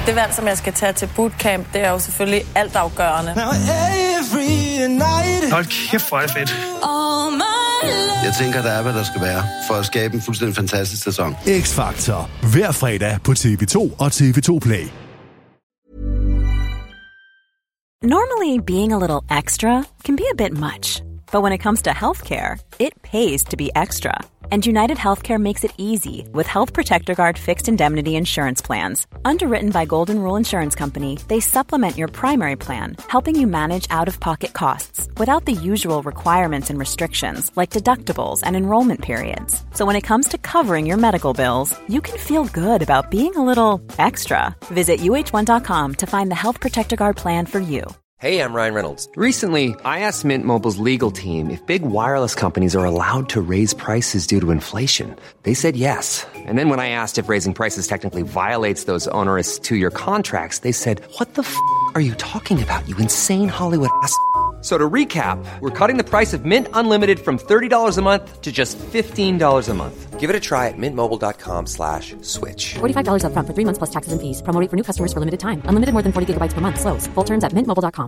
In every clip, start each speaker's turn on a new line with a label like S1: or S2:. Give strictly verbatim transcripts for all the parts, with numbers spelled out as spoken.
S1: Det valg, som jeg skal tage til bootcamp, det er jo selvfølgelig altafgørende.
S2: Hold kæft, hvor er det fedt.
S3: Jeg tænker, der er, hvad der skal være, for at skabe en fuldstændig fantastisk sæson.
S4: X-Factor. Hver fredag på T V to og T V to Play.
S5: Normally, being a little extra can be a bit much. But when it comes to healthcare, it pays to be extra. And United Healthcare makes it easy with Health Protector Guard fixed indemnity insurance plans. Underwritten by Golden Rule Insurance Company, they supplement your primary plan, helping you manage out-of-pocket costs without the usual requirements and restrictions like deductibles and enrollment periods. So when it comes to covering your medical bills, you can feel good about being a little extra. Visit U H one dot com to find the Health Protector Guard plan for you.
S6: Hey, I'm Ryan Reynolds. Recently, I asked Mint Mobile's legal team if big wireless companies are allowed to raise prices due to inflation. They said yes. And then when I asked if raising prices technically violates those onerous two-year contracts, they said, what the f*** are you talking about, you insane Hollywood ass f- So to recap, we're cutting the price of Mint Unlimited from thirty dollars a month to just fifteen dollars a month. Give it a try at mintmobile.com slash switch.
S7: forty-five dollars up front for three months plus taxes and fees. Promo rate for new customers for limited time. Unlimited more than forty gigabytes per month. Slows full terms at mint mobile dot com.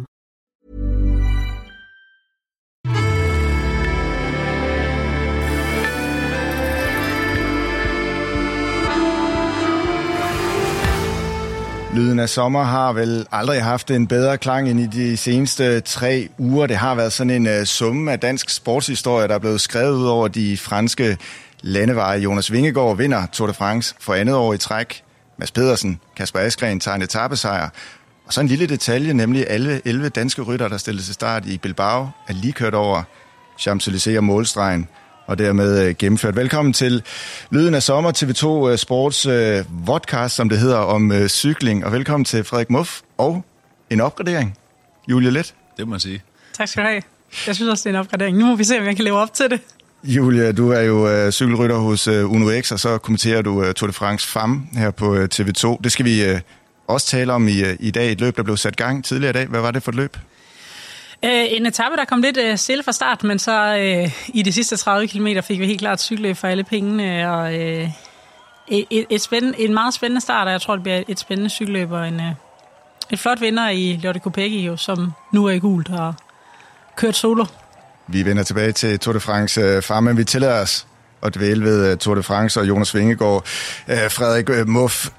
S8: Lyden af sommer har vel aldrig haft en bedre klang end i de seneste tre uger. Det har været sådan en uh, summe af dansk sportshistorie, der er blevet skrevet ud over de franske landeveje. Jonas Vingegaard vinder Tour de France for andet år i træk. Mads Pedersen, Kasper Asgreen tager en etapesejr. Og så en lille detalje, nemlig alle elleve danske ryttere, der stillede til start i Bilbao, er lige kørt over Champs-Élysées og målstregen og dermed gennemført. Velkommen til Lyden af sommer, T V to Sports øh, vodcast, som det hedder, om øh, cykling. Og velkommen til Frederik Muff og en opgradering. Julie Let.
S9: Det må man sige.
S10: Tak skal du have. Jeg synes også, det er en opgradering. Nu må vi se, om jeg kan leve op til det.
S8: Julia, du er jo øh, cykelrytter hos øh, Uno X, og så kommenterer du øh, Tour de France Femme her på øh, T V to. Det skal vi øh, også tale om i, øh, i dag. Et løb, der blev sat gang tidligere i dag. Hvad var det for et løb?
S10: Øh, en etape, der kom lidt øh, stille fra start, men så øh, i de sidste tredive kilometer fik vi helt klart cykelløb for alle pengene, og øh, et, et spændende, en meget spændende start, og jeg tror, det bliver et spændende cykelløb, og en, øh, et flot vinder i Lotte Kopecky, jo, som nu er i gult og kørt solo. Vi
S8: vender tilbage til Tour de France far, men vi tillader os at dvæle ved Tour de France og Jonas Vingegaard. Øh, Frederik Muff,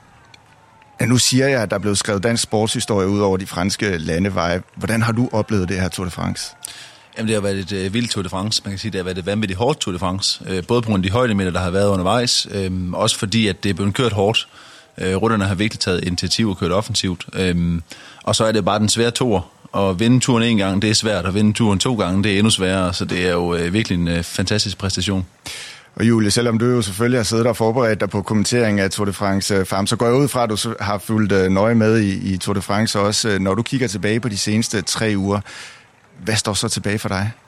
S8: nu siger jeg, at der er blevet skrevet dansk sportshistorie ud over de franske landeveje. Hvordan har du oplevet det her Tour de France?
S9: Jamen, det har været et øh, vildt Tour de France. Man kan sige, det har været et vanvittigt hårdt Tour de France. Øh, både på grund af de højdemeter, der har været undervejs. Øh, også fordi, at det er blevet kørt hårdt. Øh, rytterne har virkelig taget initiativ og kørt offensivt. Øh, og så er det bare den svære tour. At vinde turen en gang, det er svært. At vinde turen to gange, det er endnu sværere. Så det er jo øh, virkelig en øh, fantastisk præstation.
S8: Og Julie, selvom du jo selvfølgelig har siddet og forberedt dig på kommentering af Tour de France Farm, så går jeg ud fra, at du har fulgt nøje med i, i Tour de France også. Når du kigger tilbage på de seneste tre uger, hvad står så tilbage for dig?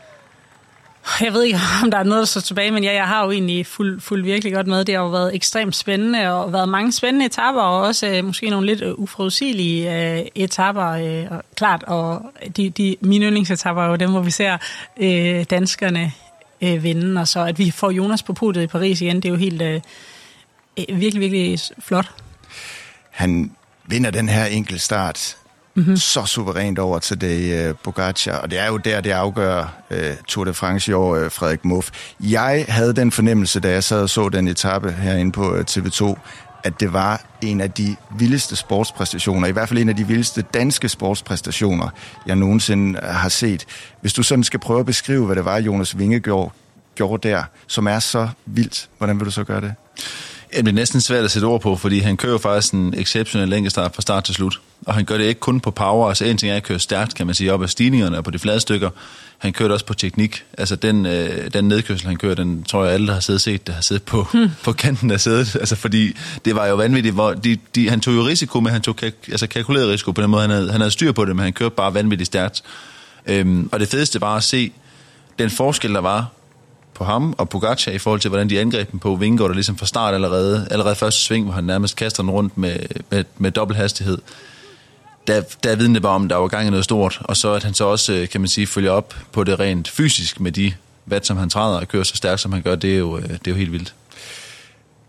S10: Jeg ved ikke, om der er noget, der står tilbage, men ja, jeg har jo egentlig fulgt fuld virkelig godt med. Det har jo været ekstremt spændende, og været mange spændende etaper, og også øh, måske nogle lidt uforudsigelige øh, etaper. Øh, og klart, og de, de, mine yndlingsetapper er jo dem, hvor vi ser øh, danskerne øh, vinde, og så at vi får Jonas på podiet i Paris igen, det er jo helt øh, virkelig, virkelig flot.
S8: Han vinder den her enkeltstart mm-hmm. så suverænt over til det uh, Pogacar, og det er jo der, det afgør uh, Tour de France i år, uh, Frederik Muff. Jeg havde den fornemmelse, da jeg sad og så den etape herinde på uh, T V to, at det var en af de vildeste sportspræstationer, i hvert fald en af de vildeste danske sportspræstationer, jeg nogensinde har set. Hvis du sådan skal prøve at beskrive, hvad det var, Jonas Vingegaard gjorde der, som er så vildt, hvordan vil du så gøre det?
S9: Det er næsten svært at sætte ord på, fordi han kører faktisk en exceptionel længdestart fra start til slut. Og han gør det ikke kun på power, altså en ting er at køre stærkt, kan man sige, op ad stigningerne og på de flade stykker. Han kører også på teknik. Altså den, øh, den nedkørsel, han kører, den tror jeg alle, der har siddet set, der har siddet på, hmm. på kanten af sædet. Altså fordi det var jo vanvittigt, hvor de, de, han tog jo risiko, men han tog kalk, altså kalkuleret risiko på den måde. Han havde, han havde styr på det, men han kørte bare vanvittigt stærkt. Øhm, og det fedeste var at se den forskel, der var på ham og Pogacar i forhold til, hvordan de angreb dem på Vingegaard, der ligesom fra start allerede, allerede første sving, hvor han nærmest kaster den rundt med, med, med dobbelt hastighed. Der, der er vidne bare om, der var gang i noget stort, og så at han så også, kan man sige, følger op på det rent fysisk med de watt, som han træder og kører så stærkt, som han gør, det er jo, det er jo helt vildt.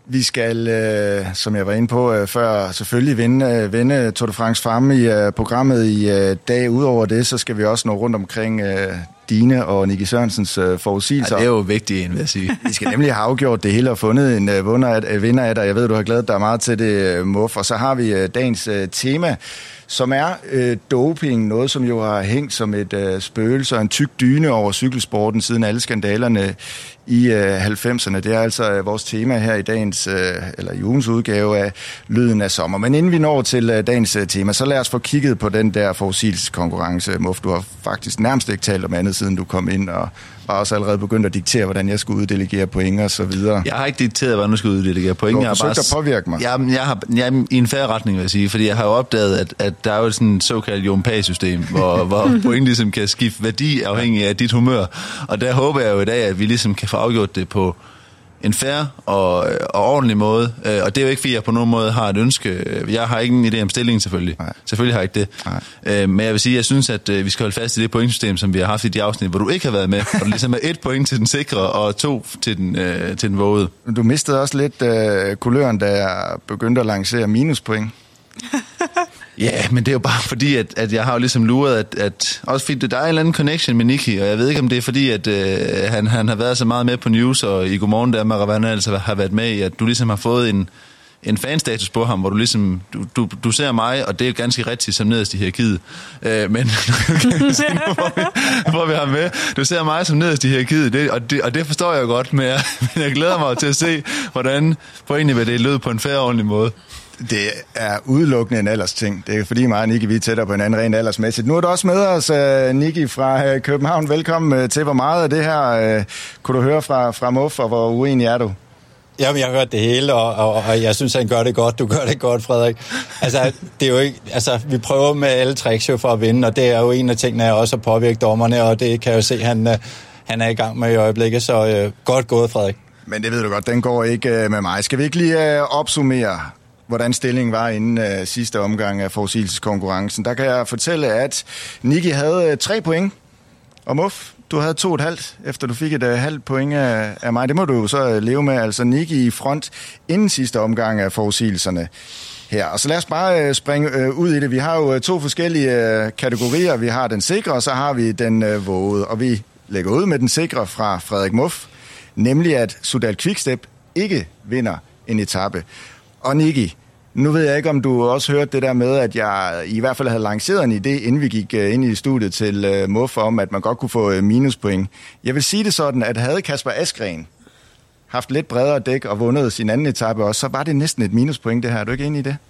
S8: Vi skal, øh, som jeg var inde på øh, før, selvfølgelig vinde, vinde Tour de France fremme i øh, programmet i øh, dag. Udover det, så skal vi også nå rundt omkring øh, dine og Nicky Sørensens øh, forudsigelser.
S9: Ja, det er jo vigtigt, vil jeg sige.
S8: Vi skal nemlig have afgjort det hele og fundet en øh, vinder, vinder af dig. Jeg ved, du har glædet dig meget til det, øh, Muff. Og så har vi øh, dagens øh, tema, som er øh, doping. Noget, som jo har hængt som et øh, spøgelse og en tyk dyne over cykelsporten siden alle skandalerne i øh, halvfemserne. Det er altså øh, vores tema her i dagens, øh, eller i ugens udgave af Lyden af sommer. Men inden vi når til øh, dagens øh, tema, så lad os få kigget på den der forudsigelseskonkurrence. Muff, du har faktisk nærmest ikke talt om andet, siden du kom ind, og var også allerede begyndt at diktere, hvordan jeg skulle uddelegere point og så videre.
S9: Jeg har ikke dikteret, hvordan du skal uddelegere point.
S8: Du har
S9: jeg
S8: forsøgt
S9: bare...
S8: at påvirke mig.
S9: Jeg, jeg, har, jeg er i en færre retning, vil jeg sige, fordi jeg har jo opdaget, at, at der er jo sådan et såkaldt Jon Pag-system, hvor, hvor point ligesom kan skifte værdi afhængig af dit humør. Og der håber jeg jo i dag, at vi ligesom kan få afgjort det på en fair og, og ordentlig måde. Og det er jo ikke, fordi jeg på nogen måde har et ønske. Jeg har ikke en idé om stillingen, selvfølgelig. Nej. Selvfølgelig har jeg ikke det. Nej. Men jeg vil sige, at jeg synes, at vi skal holde fast i det pointsystem, som vi har haft i de afsnit, hvor du ikke har været med. Og det ligesom er et point til den sikre, og to til den, øh, til den vågede.
S8: Du mistede også lidt øh, kuløren, da jeg begyndte at lancere minuspoint.
S9: Ja, men det er jo bare fordi, at, at jeg har jo ligesom luret, at, at også fordi der er en eller anden connection med Nicky, og jeg ved ikke, om det er fordi, at øh, han, han har været så meget med på news, og i Godmorgen der med Ravana altså har været med i, at du ligesom har fået en, en fanstatus på ham, hvor du ligesom, du, du, du ser mig, og det er jo ganske rigtigt som nederst i hierarkiet, øh, men nu får vi, får vi ham med. Du ser mig som nederst i hierarkiet, det, og, det, og det forstår jeg godt, men jeg, men jeg glæder mig til at se, hvordan på egentlig vil det lød på en fair og ordentlig måde.
S8: Det er udelukkende en aldersting. Det er fordi mig og Nicky, vi er tættere på hinanden rent aldersmæssigt. Nu er du også med os, Nicky fra København. Velkommen til. Hvor meget af det her uh, kunne du høre fra, fra Muff, og hvor uenig er du?
S2: Jamen, jeg har hørt det hele, og, og, og jeg synes, han gør det godt. Du gør det godt, Frederik. Altså, det er jo ikke, altså, vi prøver med alle tricks jo for at vinde, og det er jo en af tingene, jeg også at påvirke dommerne, og det kan jeg jo se, han, han er i gang med i øjeblikket, så uh, godt gået, Frederik. Men det ved du godt, den går ikke uh, med mig. Skal vi ikke lige uh, opsummere, hvordan stillingen var inden uh, sidste omgang af forudsigelseskonkurrencen? Der kan jeg fortælle, at Nicky havde uh, tre point, og Muff, du havde to og et halvt, efter du fik et uh, halvt point af, af mig. Det må du jo så uh, leve med, altså Nicky i front inden sidste omgang af forudsigelserne her. Og så lad os bare uh, springe uh, ud i det. Vi har jo uh, to forskellige uh, kategorier. Vi har den sikre, og så har vi den uh, vågede. Og vi lægger ud med den sikre fra Frederik Muff, nemlig at Soudal Quickstep ikke vinder en etape. Og Nicky, nu ved jeg ikke, om du også hørte det der med, at jeg i hvert fald havde lanceret en idé, inden vi gik ind i studiet til Muff, om, at man godt kunne få minuspoint. Jeg vil sige det sådan, at havde Kasper Asgreen haft lidt bredere dæk og vundet sin anden etape også, så var det næsten et minuspoint, det her. Er du ikke enig i det?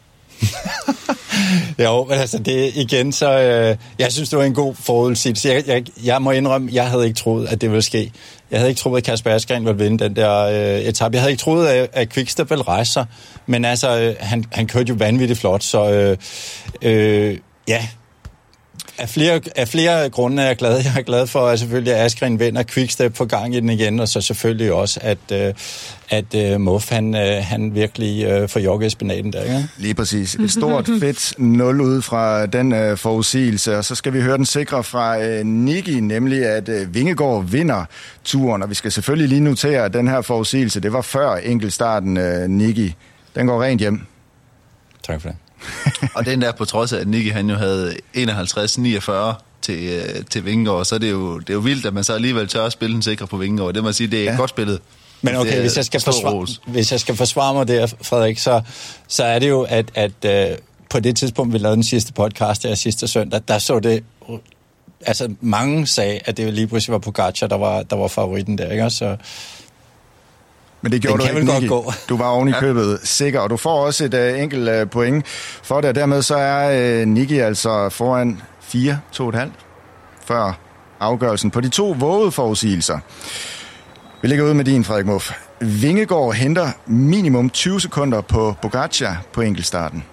S2: Jo, men altså det igen, så øh, jeg synes, det var en god forudsigelse. Jeg, jeg, jeg må indrømme, jeg havde ikke troet, at det ville ske. Jeg havde ikke troet, at Kasper Asgreen ville vinde den der øh, etape. Jeg havde ikke troet, at, at Quickstep ville rejse sig, men altså, øh, han, han kørte jo vanvittigt flot, så øh, øh, ja, af flere, af flere grunde er jeg glad. Jeg er glad for, at selvfølgelig at Asgreen vinder, Quickstep på gang i den igen, og så selvfølgelig også, at, øh, at øh, Muff, han, øh, han virkelig øh, får jogget i spinaten der, ikke?
S8: Lige præcis. Et stort fedt nul ud fra den øh, forudsigelse, og så skal vi høre den sikre fra øh, Nicky, nemlig at øh, Vingegaard vinder turen, og vi skal selvfølgelig lige notere, at den her forudsigelse, det var før enkeltstarten, øh, Nicky. Den går rent hjem.
S2: Tak for det.
S9: Og den der på trods af, at Nicky han jo havde enoghalvtreds niogfyrre til, øh, til Vingegaard, så er det, jo, det er jo vildt, at man så alligevel tør at spille den sikre på Vingegaard. Det må jeg sige, det er ja. godt spillet.
S2: Men okay, hvis jeg, skal forsvare, hvis jeg skal forsvare mig der, Frederik, så, så er det jo, at, at øh, på det tidspunkt, vi lavede den sidste podcast der sidste søndag, der så det, altså mange sagde, at det lige pludselig var Pogačar, der var, der var favoritten der, ikke? Så
S8: men det gjorde du ikke, Nicky. Du var oven i købet ja. sikker, og du får også et uh, enkelt uh, point for det, og dermed så er uh, Nicky altså foran fire, to og et halvt, før afgørelsen på de to vågede forudsigelser. Vi ligger ud med din, Frederik Muff. Vingegaard henter minimum tyve sekunder på Pogačar på enkeltstarten.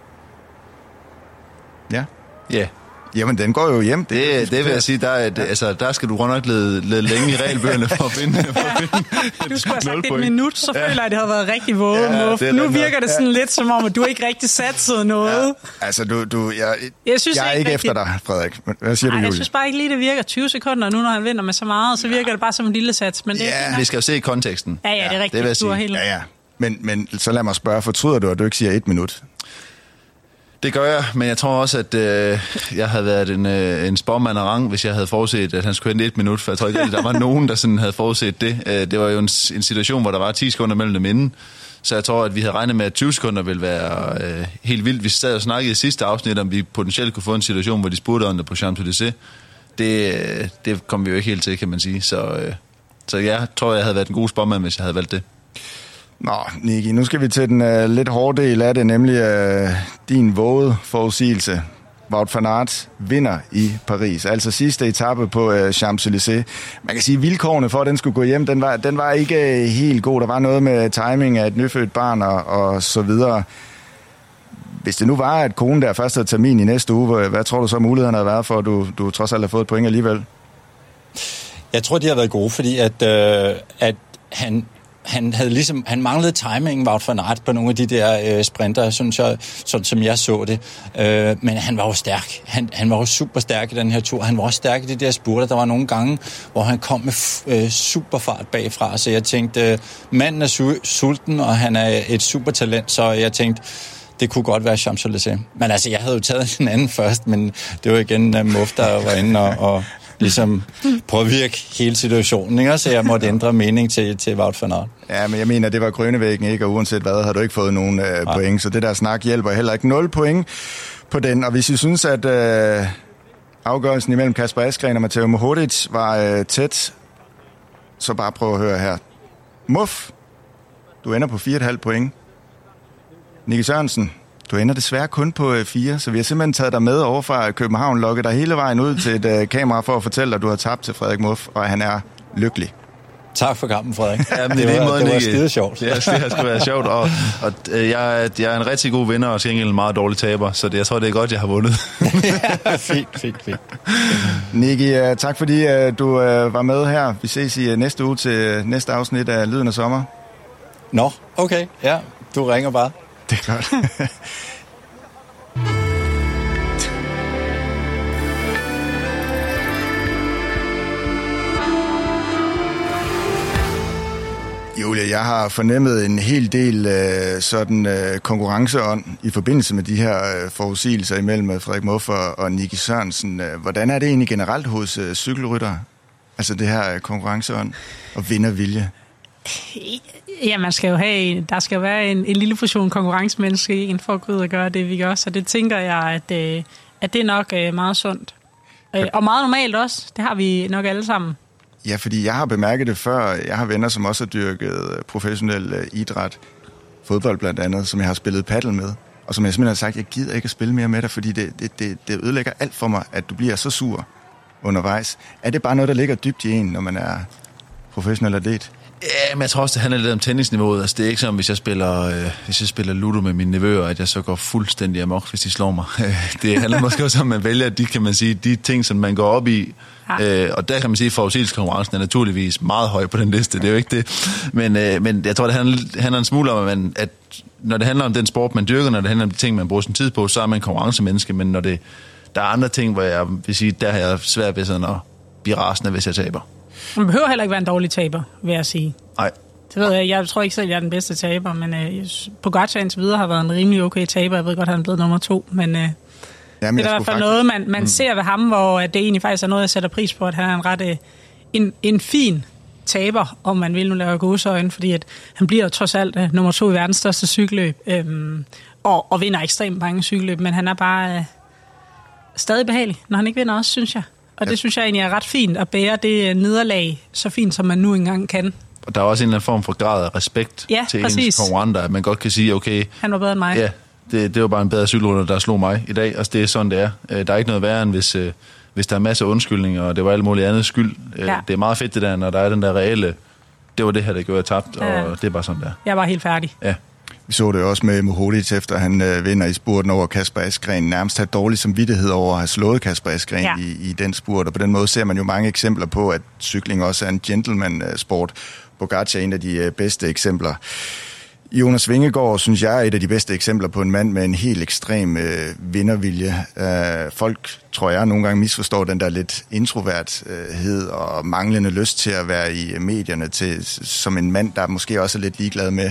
S8: Ja?
S9: Ja. Yeah.
S8: Jamen, den går jo hjem.
S9: Det, det, det vil jeg sige, der, er et, ja. altså, der skal du godt nok lede, lede længe i regelbøgerne for at finde, for at finde
S10: Du skulle have sagt et minut, så ja. føler jeg, at det havde været rigtig våget. Ja, nu virker det sådan ja. lidt som om, at du ikke rigtig satsede noget.
S8: Ja. Altså, du, du, jeg,
S10: jeg, synes
S8: jeg er ikke rigtig... efter dig, Frederik. Hvad siger
S10: Ej,
S8: du, Julie?
S10: Jeg synes bare ikke lige, det virker tyve sekunder, nu når han vinder med så meget, så virker det bare som en lille sats. Men det
S9: ja, vi skal jo se konteksten.
S10: Ja, ja, det er rigtigt.
S9: Det vil jeg sige.
S10: Helt...
S8: Ja, ja. Men, men så lad mig spørge, fortryder du, at du ikke siger et minut?
S9: Det gør jeg, men jeg tror også, at øh, jeg havde været en, øh, en spormand af rang, hvis jeg havde forudset, at han skulle hente et minut, for jeg tror ikke, at der var nogen, der sådan havde forudset det. Øh, det var jo en, en situation, hvor der var ti sekunder mellem dem inden, så jeg tror, at vi havde regnet med, at tyve sekunder ville være øh, helt vildt. Vi sad og snakkede i sidste afsnit, om vi potentielt kunne få en situation, hvor de spurgte om det på Champs-Élysées. Det, øh, det kom vi jo ikke helt til, kan man sige. Så, øh, så jeg tror, jeg havde været en god spormand, hvis jeg havde valgt det.
S8: Nå, Niki, nu skal vi til den uh, lidt hårde del af det, nemlig uh, din våde forudsigelse. Wout van Aert vinder i Paris, altså sidste etape på uh, Champs-Élysées. Man kan sige, at vilkårene for, at den skulle gå hjem, den var, den var ikke uh, helt god. Der var noget med timing af et nyfødt barn og, og så videre. Hvis det nu var, at konen der først havde termin i næste uge, hvad tror du så mulighederne havde været for, at du, du trods alt har fået et point alligevel?
S2: Jeg tror, de har været gode, fordi at, øh, at han... Han havde ligesom, han manglede timingen, Wout van Aert, på nogle af de der øh, sprinter, synes jeg, sådan som jeg så det. Øh, men han var jo stærk. Han, han var jo super stærk i den her tur. Han var også stærk i de der spurter. Der var nogle gange, hvor han kom med øh, super fart bagfra. Så jeg tænkte, øh, manden er su- sulten, og han er et super talent. Så jeg tænkte, det kunne godt være Champs-Élysées. Men altså, jeg havde jo taget den anden først, men det var igen uh, Muff, der var inde og... og ligesom påvirke hele situationen, ikke? Så jeg måtte ændre mening til, til Wout van Aert.
S8: Ja, men jeg mener, det var Grønnevæggen, ikke? Og uanset hvad, har du ikke fået nogen øh, point, så det der snak hjælper heller ikke. nul point på den, og hvis I synes, at øh, afgørelsen imellem Kasper Asgreen og Mateo Mohoric var øh, tæt, så bare prøv at høre her. Muff, du ender på fire komma fem point. Niki Sørensen, du ender desværre kun på fire, så vi har simpelthen taget dig med over fra København, lukket dig hele vejen ud til et uh, kamera for at fortælle dig, at du har tabt til Frederik Muff, og han er lykkelig.
S2: Tak for kampen, Frederik.
S9: Ja, men
S2: det,
S9: det,
S2: var,
S9: måde,
S2: det var
S9: ikke,
S2: skide sjovt.
S9: Ja, det har sgu været sjovt, og, og jeg, jeg er en rigtig god vinder, og til gengæld en meget dårlig taber, så det, jeg tror, det er godt, jeg har vundet.
S2: Ja, fint, fint, fint.
S8: Niki, uh, tak fordi uh, du uh, var med her. Vi ses i uh, næste uge til uh, næste afsnit af Lyden af Sommer.
S2: Nå, okay. Ja, du ringer bare.
S8: Det er godt. Julia, jeg har fornemmet en hel del øh, sådan øh, konkurrenceånd i forbindelse med de her øh, forudsigelser imellem Frederik Muff og, og Niki Sørensen. Hvordan er det egentlig generelt hos øh, cykelryttere? Altså det her øh, konkurrenceånd og vindervilje?
S10: Ja, man skal jo have, der skal jo være en, en lille portion konkurrencemenneske i en for at gå ud og gøre det, vi gør. Så det tænker jeg, at, øh, at det er nok øh, meget sundt. Øh, og meget normalt også. Det har vi nok alle sammen.
S8: Ja, fordi jeg har bemærket det før. Jeg har venner, som også har dyrket professionel idræt, fodbold blandt andet, som jeg har spillet paddle med. Og som jeg simpelthen har sagt, jeg gider ikke at spille mere med dig, fordi det, det, det, det ødelægger alt for mig, at du bliver så sur undervejs. Er det bare noget, der ligger dybt i en, når man er professionel atlet?
S9: Ja, men jeg tror også, det handler lidt om tennisniveauet. Altså, det er ikke som, hvis jeg spiller, øh, hvis jeg spiller ludo med mine nevøer, at jeg så går fuldstændig amok, hvis de slår mig. Det handler måske også om, at man vælger de, kan man sige, de ting, som man går op i. Ja. Øh, og der kan man sige, at forudsigelseskonkurrencen er naturligvis meget høj på den liste. Det er jo ikke det. Men, øh, men jeg tror, det handler, handler en smule om, at, man, at når det handler om den sport, man dyrker, når det handler om de ting, man bruger sin tid på, så er man konkurrencemenneske. Men når det, der er andre ting, hvor jeg vil sige, der har jeg svært ved sådan at blive rasende, hvis jeg taber.
S10: Man behøver heller ikke være en dårlig taber, vil jeg sige.
S9: Nej.
S10: Det ved jeg. Jeg tror ikke selv, jeg er den bedste taber, men øh, Pogačar indtil videre har været en rimelig okay taber. Jeg ved godt, at han er blevet nummer to, men, øh, Jamen, det er i hvert fald faktisk noget, man, man mm. ser ved ham, hvor det egentlig faktisk er noget, jeg sætter pris på, at han er en ret øh, en, en fin taber, om man vil nu lave gåseøjne, fordi at han bliver jo trods alt øh, nummer to i verdens største cykelløb, øh, og, og vinder ekstremt mange cykelløb, men han er bare øh, stadig behagelig, når han ikke vinder også, synes jeg. Og ja. Det synes jeg egentlig er ret fint at bære det nederlag så fint, som man nu engang kan. Og
S9: der er også en eller anden form for grad af respekt
S10: ja,
S9: til
S10: præcis.
S9: ens konkurrenter, at man godt kan sige, okay,
S10: han var bedre end mig.
S9: Ja, det, det var bare en bedre cykelrytter, der slog mig i dag, og det er sådan, det er. Der er ikke noget værre, end hvis, hvis der er masser af undskyldninger, og det var alt muligt andet skyld. Ja. Det er meget fedt det der, når der er den der reelle, det var det her, der gjorde jeg tabt, ja. Og det er bare sådan, der.
S10: Jeg var helt færdig.
S9: Ja.
S8: Vi så det også med Mohoric, efter han øh, vinder i spurten over Kasper Asgreen. Nærmest have dårlig samvittighed over at have slået Kasper Asgreen ja. i, i den spurt. Og på den måde ser man jo mange eksempler på, at cykling også er en gentleman-sport. Pogačar er en af de øh, bedste eksempler. Jonas Vingegaard, synes jeg, er et af de bedste eksempler på en mand med en helt ekstrem øh, vindervilje. Øh, folk, tror jeg, nogle gange misforstår den der lidt introverthed og manglende lyst til at være i medierne til, som en mand, der måske også er lidt ligeglad med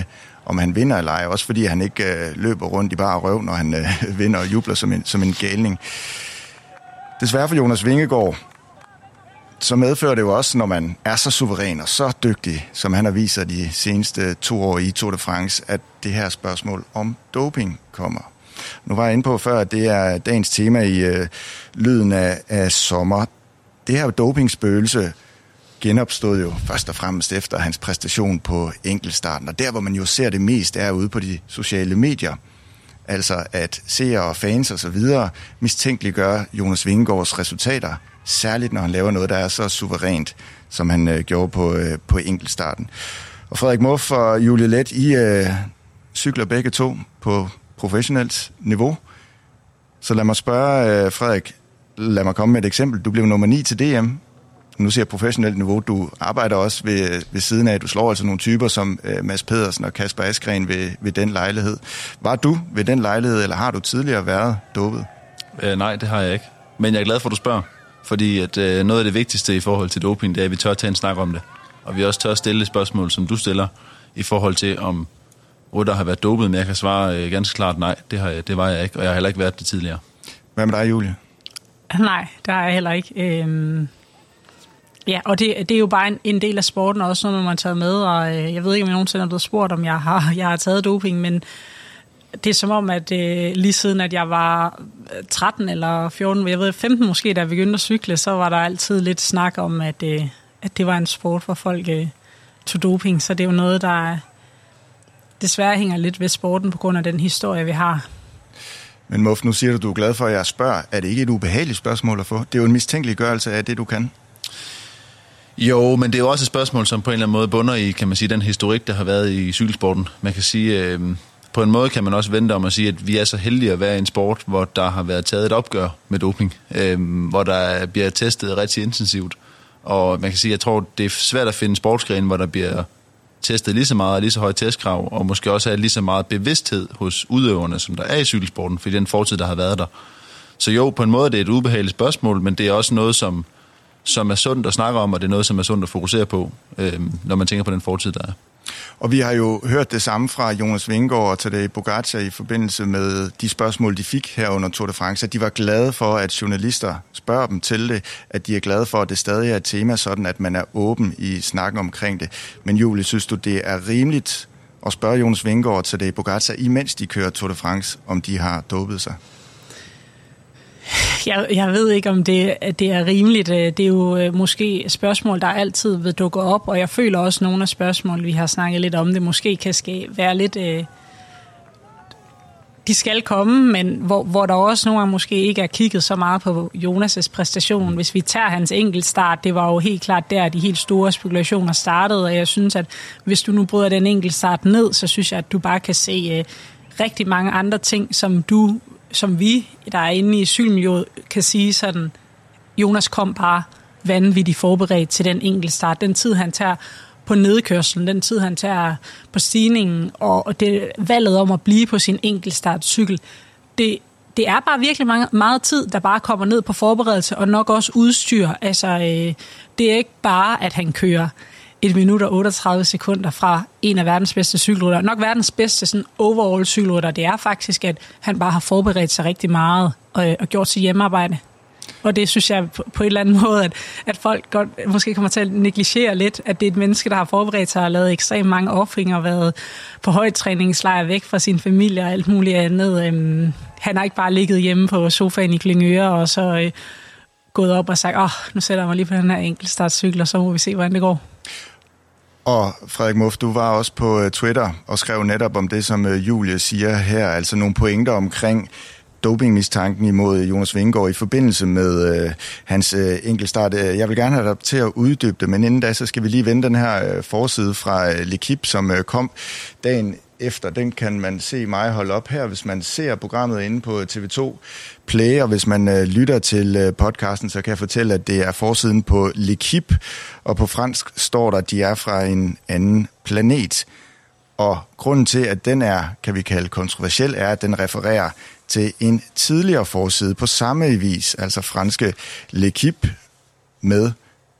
S8: om han vinder eller ej, også fordi han ikke øh, løber rundt i bare røv, når han øh, vinder og jubler som en, som en galning. Desværre for Jonas Vingegaard, så medfører det jo også, når man er så suveræn og så dygtig, som han har vist sig de seneste to år i Tour de France, at det her spørgsmål om doping kommer. Nu var jeg inde på før, at det er dagens tema i øh, lyden af, af sommer. Det her dopingspøgelse genopstod jo først og fremmest efter hans præstation på enkeltstarten. Og der, hvor man jo ser det mest, er ude på de sociale medier. Altså at seere og fans og så videre mistænkeliggør Jonas Vingegaards resultater, særligt når han laver noget, der er så suverænt, som han øh, gjorde på, øh, på enkeltstarten. Og Frederik Muff og Julie Let, I øh, cykler begge to på professionelt niveau. Så lad mig spørge, øh, Frederik, lad mig komme med et eksempel. Du blev nummer ni til D M. Nu siger jeg professionelt niveau. Du arbejder også ved, ved siden af, du slår altså nogle typer som øh, Mads Pedersen og Kasper Askren ved, ved den lejlighed. Var du ved den lejlighed, eller har du tidligere været dopet?
S9: Øh, nej, det har jeg ikke. Men jeg er glad for, at du spørger. Fordi at, øh, noget af det vigtigste i forhold til doping, det er, at vi tør tage en snak om det. Og vi også tør stille spørgsmål, som du stiller, i forhold til, om rytter har været dopet. Men jeg kan svare øh, ganske klart nej, det, har jeg, det var jeg ikke, og jeg har heller ikke været det tidligere.
S8: Hvad med dig, Julie?
S10: Nej, det har jeg heller ikke. Øhm Ja, og det, det er jo bare en, en del af sporten, og også noget, man har taget med, og øh, jeg ved ikke, om jeg nogensinde er blevet spurgt, om jeg har, jeg har taget doping, men det er som om, at øh, lige siden, at jeg var tretten eller fjorten, jeg ved femten måske, da jeg begyndte at cykle, så var der altid lidt snak om, at, øh, at det var en sport, hvor folk øh, tog doping, så det er jo noget, der desværre hænger lidt ved sporten, på grund af den historie, vi har.
S8: Men Muff, nu siger du, du er glad for, at jeg spørger. Er det ikke et ubehageligt spørgsmål at få? Det er jo en mistænkeliggørelse af det, du kan.
S9: Jo, men det er jo også et spørgsmål, som på en eller anden måde bunder i, kan man sige, den historik, der har været i cykelsporten. Man kan sige, øh, på en måde kan man også vente om at sige, at vi er så heldige at være i en sport, hvor der har været taget et opgør med doping, øh, hvor der bliver testet rigtig intensivt. Og man kan sige, jeg tror, det er svært at finde sportsgrene, hvor der bliver testet lige så meget og lige så høje testkrav, og måske også er lige så meget bevidsthed hos udøverne, som der er i cykelsporten, for den fortid, der har været der. Så jo, på en måde det er et ubehageligt spørgsmål, men det er også noget, som som er sundt at snakke om, og det er noget, som er sundt at fokusere på, øh, når man tænker på den fortid, der er.
S8: Og vi har jo hørt det samme fra Jonas Vingegaard og Tadej Pogačar i forbindelse med de spørgsmål, de fik her under Tour de France, at de var glade for, at journalister spørger dem til det, at de er glade for, at det stadig er et tema, sådan at man er åben i snakken omkring det. Men Julie, synes du, det er rimeligt at spørge Jonas Vingegaard og Tadej Pogačar, imens de kører Tour de France, om de har dopet sig?
S10: Jeg, jeg ved ikke, om det, det er rimeligt. Det er jo måske spørgsmål, der altid vil dukke op, og jeg føler også, at nogle af spørgsmål, vi har snakket lidt om, det måske kan være lidt... Øh, de skal komme, men hvor, hvor der også nogle gange måske ikke er kigget så meget på Jonas' præstation. Hvis vi tager hans enkeltstart, det var jo helt klart der, de helt store spekulationer startede, og jeg synes, at hvis du nu bryder den enkeltstart ned, så synes jeg, at du bare kan se øh, rigtig mange andre ting, som du... som vi, der er inde i cykelmiljøet, kan sige sådan, Jonas kom bare vanvittigt forberedt til den enkeltstart. Den tid, han tager på nedkørslen, den tid, han tager på stigningen, og det valget om at blive på sin enkeltstartcykel, det, det er bare virkelig mange, meget tid, der bare kommer ned på forberedelse, og nok også udstyr. Altså, øh, det er ikke bare, at han kører et minut og otteogtredive sekunder fra en af verdens bedste cykelrytter. Nok verdens bedste sådan overall cykelrytter. Det er faktisk, at han bare har forberedt sig rigtig meget og, og gjort sit hjemmearbejde. Og det synes jeg på, på en eller anden måde, at, at folk godt måske kommer til at negligere lidt, at det er et menneske, der har forberedt sig og lavet ekstremt mange offringer og været på højtræningslejr væk fra sin familie og alt muligt andet. Øhm, han har ikke bare ligget hjemme på sofaen i Klingøre og så øh, gået op og sagt, åh, oh, nu sætter jeg mig lige på den her enkeltstartcykel, og så må vi se, hvordan det går.
S8: Og Frederik Muff, du var også på Twitter og skrev netop om det, som Julie siger her, altså nogle pointer omkring dopingmistanken imod Jonas Vingegaard i forbindelse med øh, hans øh, enkeltstart. Jeg vil gerne have dig til at uddybe det, men inden da, så skal vi lige vende den her øh, forside fra øh, L'Equipe, som øh, kom dagen efter. Den kan man se mig holde op her, hvis man ser programmet inde på T V to Play, og hvis man øh, lytter til øh, podcasten, så kan jeg fortælle, at det er forsiden på L'Equipe, og på fransk står der, at de er fra en anden planet. Og grunden til, at den er, kan vi kalde kontroversiel, er, at den refererer til en tidligere forside på samme vis, altså franske L'Equipe med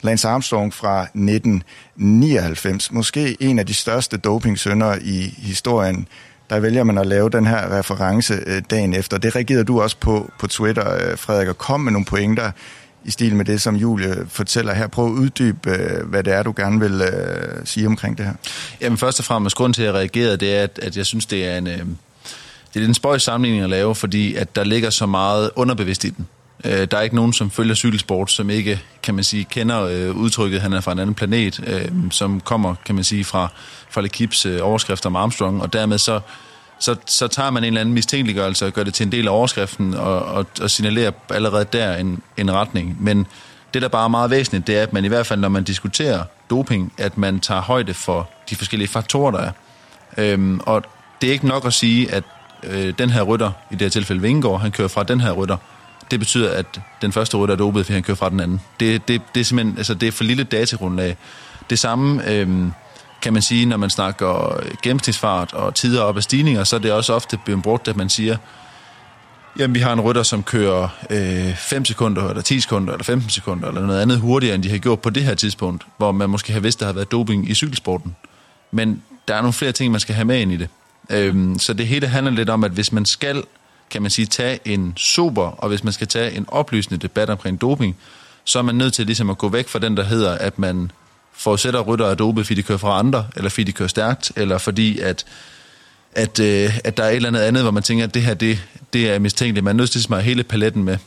S8: Lance Armstrong fra nitten nioghalvfems. Måske en af de største dopingsyndere i historien. Der vælger man at lave den her reference øh, dagen efter. Det reagerede du også på på Twitter, øh, Frederik, og kom med nogle pointer i stil med det, som Julie fortæller her. Prøv at uddybe, øh, hvad det er, du gerne vil øh, sige omkring det her.
S9: Jamen først og fremmest, grund til, at jeg reagerede, det er, at, at jeg synes, det er en, øh, det er en spøjs sammenligning at lave, fordi at der ligger så meget underbevidst i den. Øh, der er ikke nogen, som følger cykelsport, som ikke, kan man sige, kender øh, udtrykket, han er fra en anden planet, øh, som kommer, kan man sige, fra, fra L'Equipes øh, overskrifter om Armstrong, og dermed så Så, så tager man en eller anden mistænkeliggørelse og gør det til en del af overskriften og, og, og signalerer allerede der en, en retning. Men det, der bare er meget væsentligt, det er, at man i hvert fald, når man diskuterer doping, at man tager højde for de forskellige faktorer, der er. Øhm, og det er ikke nok at sige, at øh, den her rytter, i det her tilfælde Vingegaard, han kører fra den her rytter. Det betyder, at den første rytter er dopet, fordi han kører fra den anden. Det, det, det er simpelthen, altså det er for lille datagrundlag. Det samme øh, kan man sige, når man snakker gennemsnitsfart og tider op af stigninger, så er det også ofte blevet brugt, at man siger, jamen vi har en rytter, som kører øh, fem sekunder, eller ti sekunder, eller femten sekunder, eller noget andet hurtigere, end de har gjort på det her tidspunkt, hvor man måske har vidst, der har været doping i cykelsporten. Men der er nogle flere ting, man skal have med ind i det. Øhm, så det hele handler lidt om, at hvis man skal, kan man sige, tage en sober, og hvis man skal tage en oplysende debat omkring doping, så er man nødt til ligesom at gå væk fra den, der hedder, at man forudsætter rytter af dopet, fordi de kører fra andre, eller fordi de kører stærkt, eller fordi at, at, øh, at der er et eller andet andet, hvor man tænker, at det her, det, det er mistænkeligt. Man er nødt til at have hele paletten med.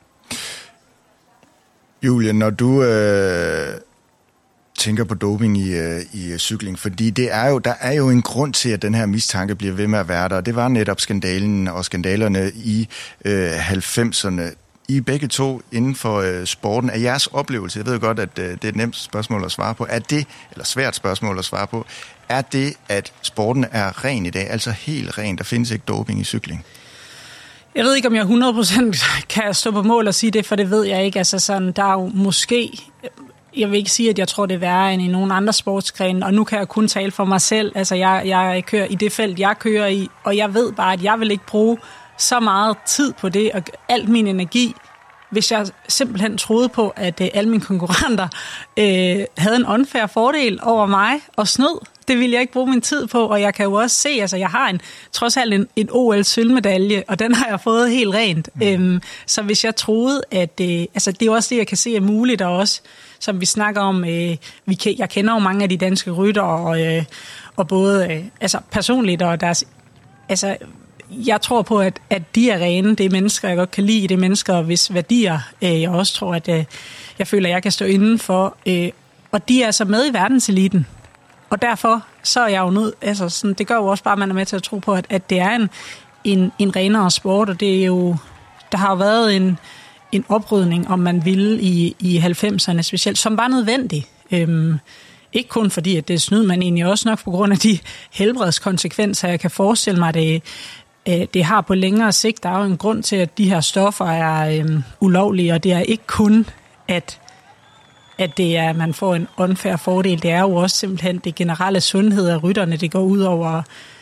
S8: Julie, når du øh, tænker på doping i, øh, i cykling, fordi det er jo, der er jo en grund til, at den her mistanke bliver ved med at være der. Det var netop skandalen og skandalerne i øh, halvfemserne. I er begge to inden for øh, sporten. Er jeres oplevelse, jeg ved jo godt, at øh, det er et nemt spørgsmål at svare på, er det, eller svært spørgsmål at svare på, er det, at sporten er ren i dag, altså helt ren, der findes ikke doping i cykling?
S10: Jeg ved ikke, om jeg hundrede procent kan stå på mål og sige det, for det ved jeg ikke. Altså sådan, der er jo måske, jeg vil ikke sige, at jeg tror, det er værre end i nogle andre sportsgrene, og nu kan jeg kun tale for mig selv. Altså, jeg, jeg kører i det felt, jeg kører i, og jeg ved bare, at jeg vil ikke bruge så meget tid på det, og alt min energi, hvis jeg simpelthen troede på, at øh, alle mine konkurrenter øh, havde en unfair fordel over mig og snød. Det ville jeg ikke bruge min tid på, og jeg kan jo også se, altså jeg har en, trods alt en, en O L-sølvmedalje, og den har jeg fået helt rent. Mm. Øhm, så hvis jeg troede, at, øh, altså det er også det, jeg kan se er muligt, og også, som vi snakker om, øh, vi kan, jeg kender jo mange af de danske rytter, og, øh, og både øh, altså personligt og deres, altså jeg tror på, at, at de er rene, det er mennesker, jeg godt kan lide, det er mennesker, hvis værdier, øh, jeg også tror, at øh, jeg føler, at jeg kan stå inden for, øh, og de er så med i verdenseliten. Og derfor så er jeg jo nødt, altså sådan, det gør jo også bare, at man er med til at tro på, at, at det er en, en, en renere sport, og det er jo, der har jo været en, en oprydning, om man ville, i, i halvfemserne specielt, som var nødvendig. Øhm, ikke kun fordi, at det er snyd, men egentlig også nok på grund af de helbredskonsekvenser, jeg kan forestille mig, det, øh, det har på længere sigt. Der er jo en grund til, at de her stoffer er øh, ulovlige, og det er ikke kun, at at det er, at man får en unfair fordel. Det er jo også simpelthen det generelle sundhed af rytterne, det går ud over.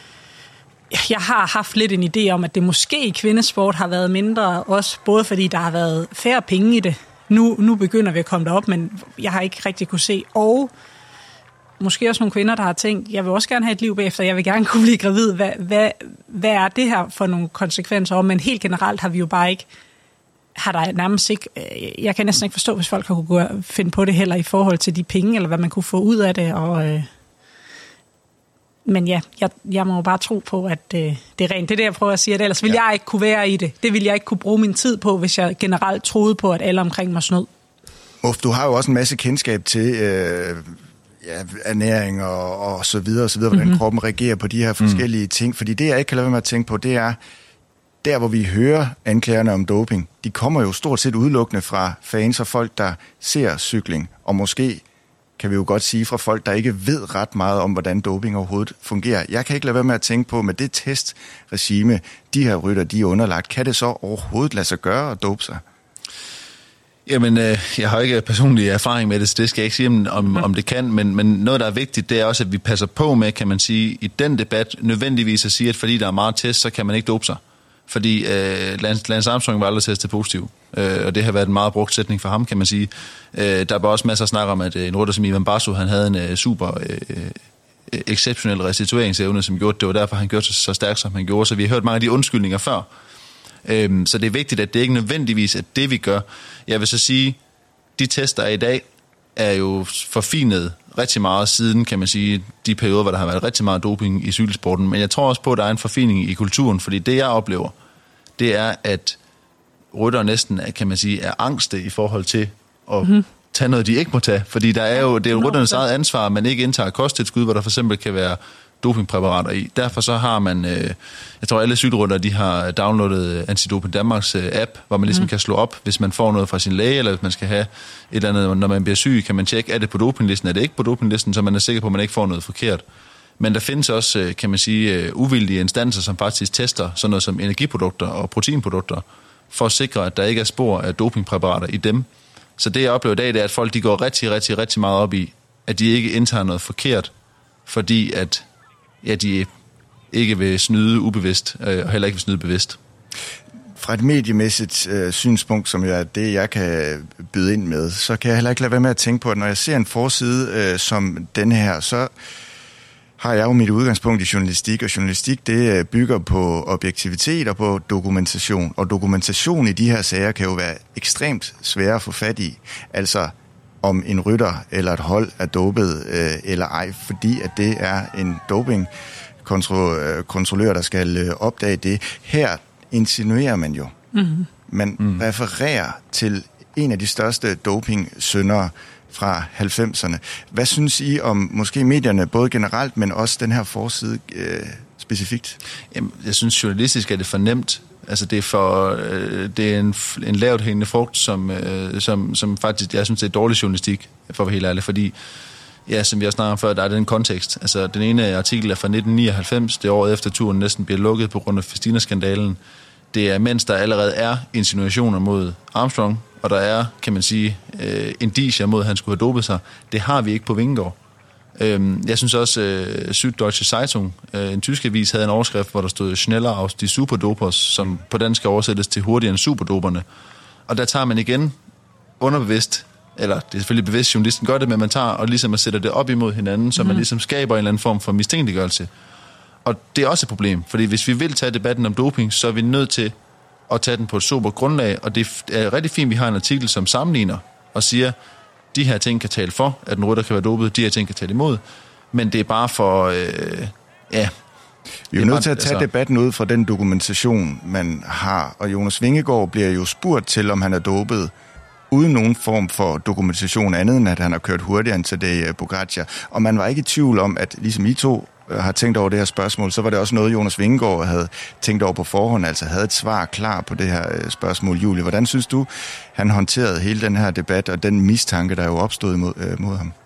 S10: Jeg har haft lidt en idé om, at det måske i kvindesport har været mindre, også både fordi der har været færre penge i det. Nu, nu begynder vi at komme derop, men jeg har ikke rigtig kunne se. Og måske også nogle kvinder, der har tænkt, jeg vil også gerne have et liv bagefter, jeg vil gerne kunne blive gravid. Hvad, hvad, hvad er det her for nogle konsekvenser? Men helt generelt har vi jo bare ikke har der nærmest ikke, jeg kan næsten ikke forstå, hvis folk har kunne gå og finde på det heller i forhold til de penge, eller hvad man kunne få ud af det. Og, øh, men ja, jeg, jeg må jo bare tro på, at øh, det er rent. Det er det, jeg prøver at sige, at ellers vil ja. jeg ikke kunne være i det. Det vil jeg ikke kunne bruge min tid på, hvis jeg generelt troede på, at alle omkring mig snød.
S8: Uf, du har jo også en masse kendskab til øh, ja, ernæring og, og så videre, og så videre, hvordan mm-hmm. kroppen reagerer på de her forskellige mm. ting. Fordi det, jeg ikke kan lade være med at tænke på, det er, der, hvor vi hører anklagerne om doping, de kommer jo stort set udelukkende fra fans og folk, der ser cykling. Og måske kan vi jo godt sige fra folk, der ikke ved ret meget om, hvordan doping overhovedet fungerer. Jeg kan ikke lade være med at tænke på, med det testregime, de her rytter, de er underlagt, kan det så overhovedet lade sig gøre at dope sig?
S9: Jamen, øh, jeg har ikke personlig erfaring med det, så det skal jeg ikke sige, om, om det kan, men, men noget, der er vigtigt, det er også, at vi passer på med, kan man sige, i den debat, nødvendigvis at sige, at fordi der er meget test, så kan man ikke dope sig. Fordi øh, Lance, Lance Armstrong var aldrig testet positiv. øh, og det har været en meget brugt sætning for ham, kan man sige. Øh, der var også masser af snak om, at en rytter som Ivan Basso, han havde en øh, super øh, exceptionel restitueringsevne, som gjorde det var derfor, han gjorde sig så stærk, som han gjorde. Så vi har hørt mange af de undskyldninger før. Øh, så det er vigtigt, at det ikke nødvendigvis er det, vi gør. Jeg vil så sige, de tester i dag er jo forfinet rigtig meget siden, kan man sige, de perioder, hvor der har været rigtig meget doping i cykelsporten. Men jeg tror også på, at der er en forfining i kulturen, fordi det, jeg oplever, det er, at rytter næsten, kan man sige, er angste i forhold til at mm-hmm. tage noget, de ikke må tage. Fordi der er jo, det er jo rytternes eget ansvar, at man ikke indtager kosttilskud, hvor der for eksempel kan være dopingpræparater i. Derfor så har man, øh, jeg tror alle cykelryttere, de har downloadet Antidoping Danmarks øh, app, hvor man ligesom mm. kan slå op, hvis man får noget fra sin læge, eller hvis man skal have et eller andet, når man bliver syg, kan man tjekke, er det på dopinglisten, er det ikke på dopinglisten, så man er sikker på, at man ikke får noget forkert. Men der findes også, øh, kan man sige, øh, uvildige instanser, som faktisk tester sådan noget som energiprodukter og proteinprodukter, for at sikre, at der ikke er spor af dopingpræparater i dem. Så det, jeg oplever i dag, det er, at folk de går rigtig, rigtig, rigtig meget op i, at de ikke indtager noget forkert, fordi at ja, de ikke vil snyde ubevidst, øh, og heller ikke vil snyde bevidst.
S8: Fra et mediemæssigt øh, synspunkt, som jo er det, jeg kan byde ind med, så kan jeg heller ikke lade være med at tænke på, at når jeg ser en forside øh, som denne her, så har jeg jo mit udgangspunkt i journalistik, og journalistik det bygger på objektivitet og på dokumentation. Og dokumentation i de her sager kan jo være ekstremt svære at få fat i. Altså om en rytter eller et hold er dopet øh, eller ej, fordi at det er en dopingkontrollør, der skal opdage det. Her insinuerer man jo. Mm-hmm. Man mm. refererer til en af de største dopingsyndere fra halvfemserne. Hvad synes I om måske medierne, både generelt, men også den her forside øh, specifikt?
S9: Jamen, jeg synes journalistisk er det for nemt. Altså det er for øh, det er en, en lavt hængende frugt, som, øh, som, som faktisk, jeg synes, det er dårlig journalistik, for at være helt ærlig, fordi, ja, som vi har snakket om før, der er den kontekst. Altså den ene artikel er fra nitten nioghalvfems, det året efter turen næsten bliver lukket på grund af Festina-skandalen. Det er, mens der allerede er insinuationer mod Armstrong, og der er, kan man sige, øh, indicier mod, at han skulle have dopet sig. Det har vi ikke på Vingegaard. Øhm, jeg synes også, øh, Süddeutsche Zeitung, øh, en tysk avis, havde en overskrift, hvor der stod Schneller aus die Superdopers, som på dansk skal oversættes til hurtigere end superdoperne. Og der tager man igen underbevidst, eller det er selvfølgelig bevidst, journalisten gør det, men man tager og ligesom sætter det op imod hinanden, så mm. man ligesom skaber en eller anden form for mistænkeliggørelse. Og det er også et problem, fordi hvis vi vil tage debatten om doping, så er vi nødt til at tage den på et super grundlag, og det er rigtig fint, at vi har en artikel, som sammenligner og siger, de her ting kan tale for, at en rytter kan være dopet, de her ting kan tale imod, men det er bare for, øh, ja...
S8: Vi er jo nødt til at tage altså debatten ud fra den dokumentation, man har, og Jonas Vingegaard bliver jo spurgt til, om han er dopet, uden nogen form for dokumentation andet, end at han har kørt hurtigere end Tadej Pogačar. Og man var ikke i tvivl om, at ligesom I to har tænkt over det her spørgsmål, så var det også noget, Jonas Vingegaard havde tænkt over på forhånd, altså havde et svar klar på det her spørgsmål. Julie, hvordan synes du, han håndterede hele den her debat og den mistanke, der jo opstod imod, øh, mod ham?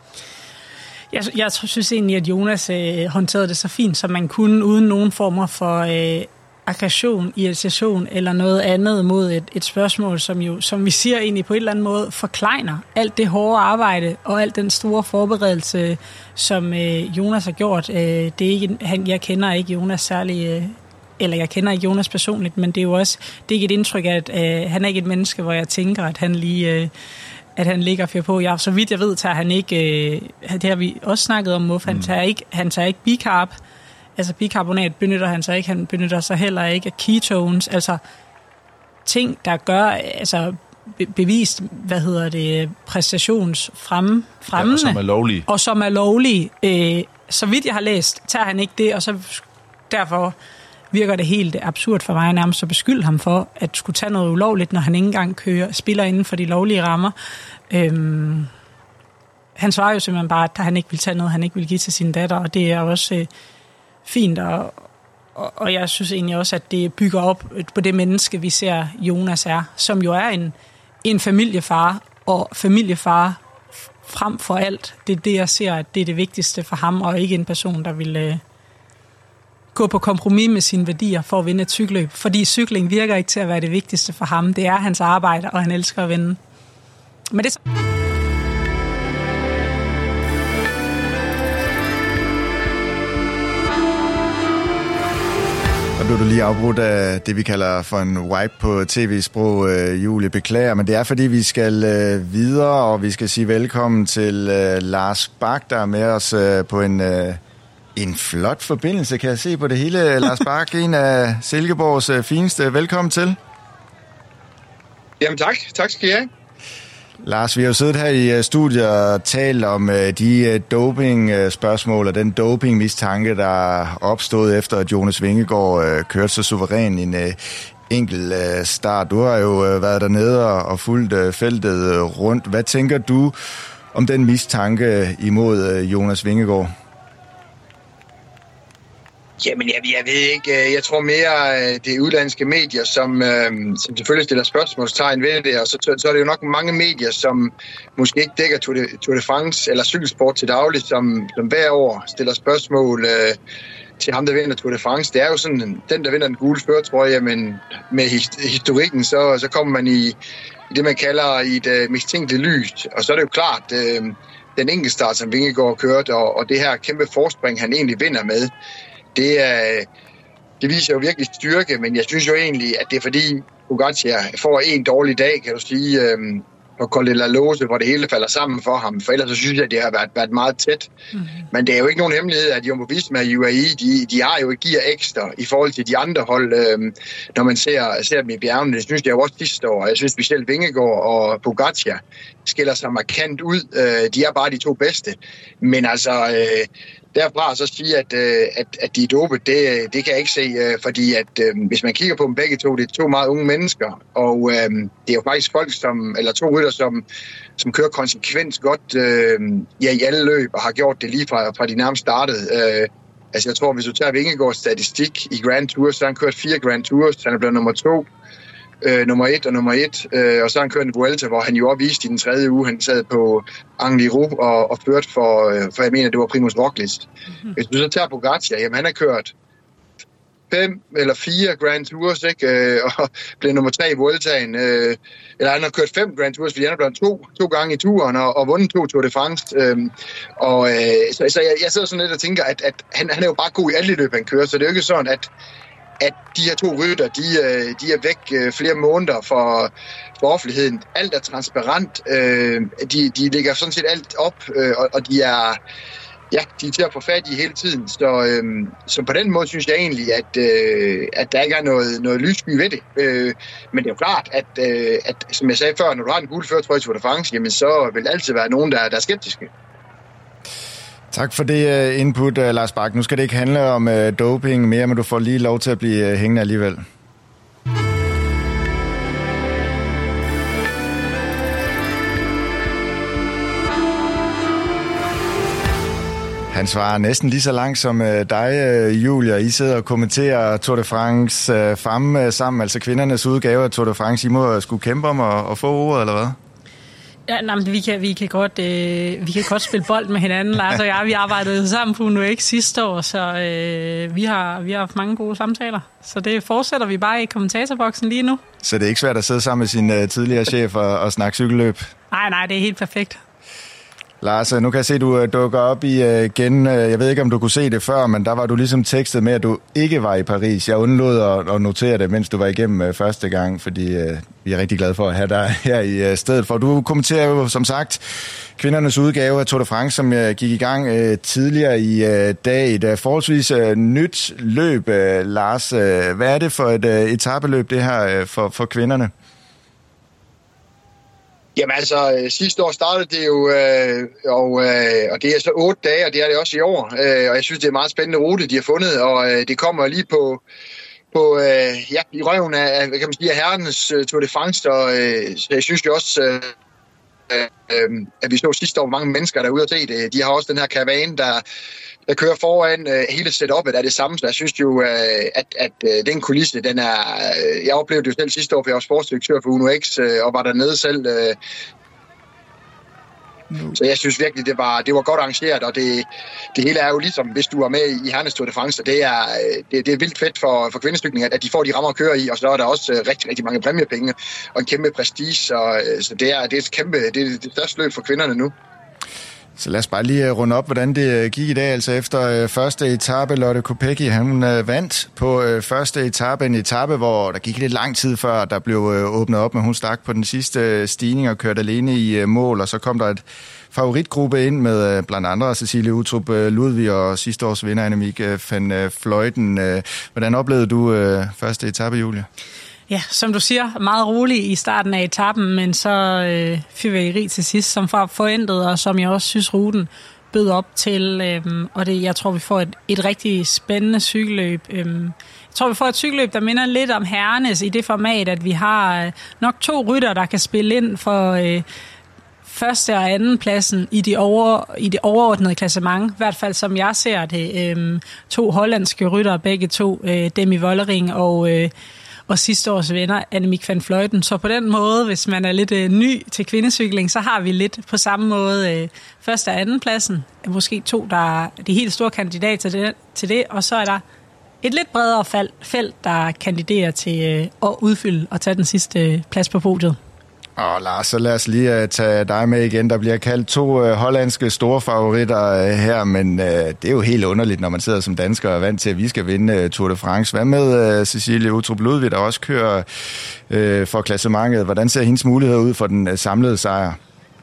S10: Jeg, jeg synes egentlig, at Jonas øh, håndterede det så fint, som man kunne, uden nogen former for øh, aggression, irritation eller noget andet mod et, et spørgsmål, som jo, som vi siger egentlig på en eller anden måde, forklejner alt det hårde arbejde og alt den store forberedelse, som øh, Jonas har gjort. Øh, det er ikke, han, jeg kender ikke Jonas særlig, øh, eller jeg kender ikke Jonas personligt, men det er jo også, det er ikke et indtryk af, at øh, han er ikke et menneske, hvor jeg tænker, at han lige... Øh, at han ligger og fyrer på. Ja, så vidt jeg ved, tager han ikke, øh, det har vi også snakket om, Muff, han mm. tager ikke, han tager ikke bicarb, altså bikarbonat benytter han sig ikke, han benytter sig heller ikke af ketones, altså ting, der gør, altså be- bevist, hvad hedder det, præstationsfremme, fremmende,
S9: ja, og som er lovlige.
S10: Og som er lovlige. Øh, så vidt jeg har læst, tager han ikke det, og så derfor virker det helt absurd for mig nærmest at beskylde ham for at skulle tage noget ulovligt, når han ikke engang kører, spiller inden for de lovlige rammer. Øhm, han svarer jo simpelthen bare, at han ikke vil tage noget, han ikke vil give til sin datter, og det er også øh, fint, og, og, og jeg synes egentlig også, at det bygger op på det menneske, vi ser Jonas er, som jo er en, en familiefar, og familiefar frem for alt. Det er det, jeg ser, at det er det vigtigste for ham, og ikke en person, der vil... Øh, gå på kompromis med sine værdier for at vinde et cykelløb. Fordi cykling virker ikke til at være det vigtigste for ham. Det er hans arbejde, og han elsker at vinde. Men det
S8: Og nu er du lige afbrudt af det, vi kalder for en wipe på tv-sprog, øh, Julie. Beklager, men det er, fordi vi skal øh, videre, og vi skal sige velkommen til øh, Lars Bak, der er med os øh, på en, øh, en flot forbindelse, kan jeg se på det hele. Lars Bak, en af Silkeborgs øh, fineste. Velkommen til.
S11: Jamen tak. Tak skal I have.
S8: Lars, vi har jo siddet her i studiet og talt om uh, de uh, doping-spørgsmål og den doping-mistanke, der er opstået efter, at Jonas Vingegaard uh, kørte så suveræn i en uh, enkelt uh, start. Du har jo uh, været dernede og, og fulgt uh, feltet uh, rundt. Hvad tænker du om den mistanke imod uh, Jonas Vingegaard?
S11: Jamen, jeg, jeg ved ikke. Jeg tror mere, det er udlandske medier, som, øh, som selvfølgelig stiller spørgsmålstegn ved det, og så, så er det jo nok mange medier, som måske ikke dækker Tour de, Tour de France eller cykelsport til dagligt, som, som hver år stiller spørgsmål øh, til ham, der vinder Tour de France. Det er jo sådan, den, der vinder den gule førertrøje, men med historikken, så, så kommer man i, i det, man kalder i et øh, mistænkeligt lys, og så er det jo klart, øh, den enkeltstart, som Vingegaard kørte, og, og det her kæmpe forspring, han egentlig vinder med, Det, er, det viser jo virkelig styrke, men jeg synes jo egentlig, at det er fordi Pogačar får en dårlig dag, kan du sige, øhm, på Col de la Loze, hvor det hele falder sammen for ham. For ellers så synes jeg, at det har været, været meget tæt. Mm-hmm. Men det er jo ikke nogen hemmelighed, at Jumbo-Visma og U A E, de, de har jo et gear ekstra i forhold til de andre hold, øhm, når man ser, ser dem i bjergene. Det synes jeg jo også sidste år. Jeg synes specielt Vingegaard og Pogačar skiller sig markant ud. Øh, de er bare de to bedste. Men altså... Øh, Derfra så sige, at, at, at de er dopet, det, det kan jeg ikke se, fordi at hvis man kigger på dem begge to, det er to meget unge mennesker, og øh, det er jo faktisk folk, som, eller to rytter, som, som kører konsekvent godt øh, ja, i alle løb, og har gjort det lige fra, fra de nærmest startede. Øh, altså jeg tror, hvis du tager Vingegaards statistik i Grand Tours, så har han kørt fire Grand Tours, han er blevet nummer to, øh, nummer et og nummer et, øh, og så har han kørt en Vuelta, hvor han jo også viste i den tredje uge, han sad på Angliru og, og ført for, øh, for jeg mener, det var Primož Roglič. Mm-hmm. Hvis du så tager Pogačar, jamen han har kørt fem eller fire Grand Tours, ikke? Øh, og blev nummer tre i Vueltaen. Øh, eller han har kørt fem Grand Tours, fordi han er blevet to, to gange i turen og, og vundet to Tour de France. Øh, og øh, så, så jeg, jeg sidder sådan lidt og tænker, at, at han, han er jo bare god i alle løb, han kører, så det er jo ikke sådan, at at de her to rytter, de, de er væk flere måneder for, for offentligheden. Alt er transparent. De, de lægger sådan set alt op, og de er, ja, de er til at få fat i hele tiden. Så, så på den måde synes jeg egentlig, at, at der ikke er noget, noget lyssky ved det. Men det er jo klart, at, at som jeg sagde før, når du har en gul førertrøje i Tour de France, jamen så vil altid være nogen, der, der er skeptiske.
S8: Tak for det input, Lars Bak. Nu skal det ikke handle om uh, doping mere, men du får lige lov til at blive uh, hængende alligevel. Han svarer næsten lige så langt som uh, dig, uh, Julia. I sidder og kommenterer Tour de France uh, fremme uh, sammen, altså kvindernes udgave af Tour de France. I må uh, skulle kæmpe om at, at få ordet, eller hvad?
S10: Ja, nej, men vi kan, vi kan godt, øh, vi kan godt spille bold med hinanden, Lars og jeg. Vi arbejdede sammen på Uno X sidste år, så øh, vi, har, vi har haft mange gode samtaler. Så det fortsætter vi bare i kommentatorboksen lige nu.
S8: Så det er ikke svært at sidde sammen med sin uh, tidligere chef og, og snakke cykelløb?
S10: Nej, nej, det er helt perfekt.
S8: Lars, nu kan jeg se, at du dukker op igen. Jeg ved ikke, om du kunne se det før, men der var du ligesom tekstet med, at du ikke var i Paris. Jeg undlod at notere det, mens du var igennem første gang, fordi vi er rigtig glade for at have dig her i stedet for. Du kommenterer jo, som sagt, kvindernes udgave af Tour de France, som gik i gang tidligere i dag. Et forholdsvis nyt løb, Lars. Hvad er det for et etapeløb, det her for, for kvinderne?
S11: Jamen altså, sidste år startede det jo, øh, og, øh, og det er så otte dage, og det er det også i år. Øh, og jeg synes, det er en meget spændende rute, de har fundet, og øh, det kommer lige på, på øh, ja, i røven af, kan man sige, af herrenes uh, Tour de France, og øh, så jeg synes jo også, øh, øh, at vi så sidste år, hvor mange mennesker der er ude at se det. De har også den her karavane, der der kører foran. Øh, hele setupet er det samme, så jeg synes jo, øh, at, at øh, den kulisse, den er... Øh, jeg oplevede det jo selv sidste år, for jeg var sportsdirektør for Uno X, øh, og var dernede selv. Øh, mm. Så jeg synes virkelig, det var, det var godt arrangeret, og det, det hele er jo ligesom, hvis du er med i herrenes Tour de France, det er, det, det er vildt fedt for, for kvindestykning, at, at de får de rammer at køre i, og så er der også øh, rigtig, rigtig mange præmiepenge, og en kæmpe prestige, så, øh, så det, er, det er et kæmpe, det er det største løb for kvinderne nu.
S8: Så lad os bare lige runde op, hvordan det gik i dag. Altså efter første etape, Lotte Kopecky, han vandt på første etape. En etape, hvor der gik lidt lang tid før, der blev åbnet op, men hun stak på den sidste stigning og kørte alene i mål. Og så kom der et favoritgruppe ind med blandt andre Cecilie Uttrup Ludvig og sidste års vinder Annemiek van Vleuten. Hvordan oplevede du første etape, Julie?
S10: Ja, som du siger, meget rolig i starten af etappen, men så øh, fyrværkeri til sidst, som var forventet, og som jeg også synes, ruten bød op til. Øh, og det, jeg tror, vi får et, et rigtig spændende cykelløb. Øh, jeg tror, vi får et cykelløb, der minder lidt om herrenes i det format, at vi har øh, nok to rytter, der kan spille ind for øh, første og anden pladsen i, de over, i det overordnede klassement. I hvert fald, som jeg ser det. Øh, to hollandske rytter, begge to, øh, Demi Vollering og... Øh, og sidste års vinder, Annemiek van Vleuten. Så på den måde, hvis man er lidt øh, ny til kvindecykling, så har vi lidt på samme måde øh, første og anden pladsen. Måske to, der er de helt store kandidater til det, til det, og så er der et lidt bredere fald, felt, der kandiderer til øh, at udfylde og tage den sidste øh, plads på podiet.
S8: Og Lars, så lad os lige uh, tage dig med igen. Der bliver kaldt to uh, hollandske store favoritter uh, her, men uh, det er jo helt underligt, når man sidder som dansker og er vant til, at vi skal vinde uh, Tour de France. Hvad med uh, Cecilie Uttrup Ludvig, der også kører uh, for klassementet? Hvordan ser hendes muligheder ud for den uh, samlede sejr?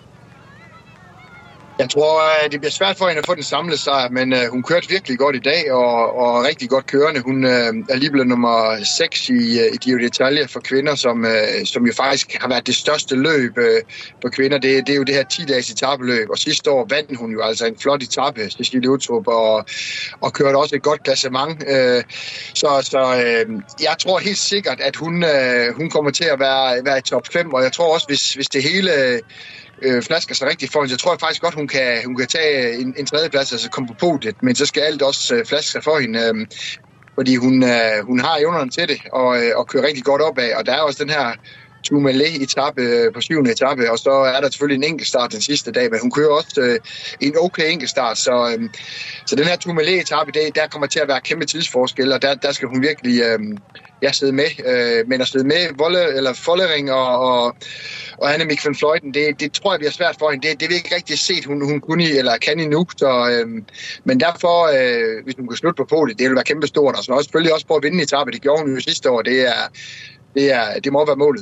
S11: Jeg tror, det bliver svært for hende at få den samlede sejr, men uh, hun kørte virkelig godt i dag, og, og rigtig godt kørende. Hun uh, er lige blevet nummer seks i, uh, i Giro d'Italia for kvinder, som, uh, som jo faktisk har været det største løb uh, for kvinder. Det, det er jo det her ti-dages etapeløb, og sidste år vandt hun jo altså en flot etape, Cecilie Uttrup, og, og kørte også et godt klassement. Uh, så så uh, jeg tror helt sikkert, at hun, uh, hun kommer til at være, være i top fem, og jeg tror også, hvis, hvis det hele... Uh, Øh, flasker sig rigtig for hende, så tror jeg faktisk godt, hun kan, hun kan tage en, en tredjeplads, altså komme på podiet, men så skal alt også øh, flaske sig for hende, øh, fordi hun, øh, hun har evnerne til det, og, øh, og kører rigtig godt opad, og der er også den her Tourmalet-etape øh, på syvende etape, og så er der selvfølgelig en enkeltstart den sidste dag, men hun kører også øh, en okay enkeltstart, så, øh, så den her Tourmalet-etape, der kommer til at være kæmpe tidsforskel, og der, der skal hun virkelig øh, ja, sidde med, øh, men at sidde med Volle, eller Vollering og, og Og Annemiek van Vleuten, det, det tror jeg bliver svært for hende. Det, det vil ikke rigtig set, hun, hun kunne i, eller kan endnu. Så, øhm, men derfor, øh, hvis hun kan slutte på podiet, det vil være kæmpe stort. Og så også, selvfølgelig også på at vinde etape. Det gjorde hun jo sidste år. Det, er, det, er, det må være målet.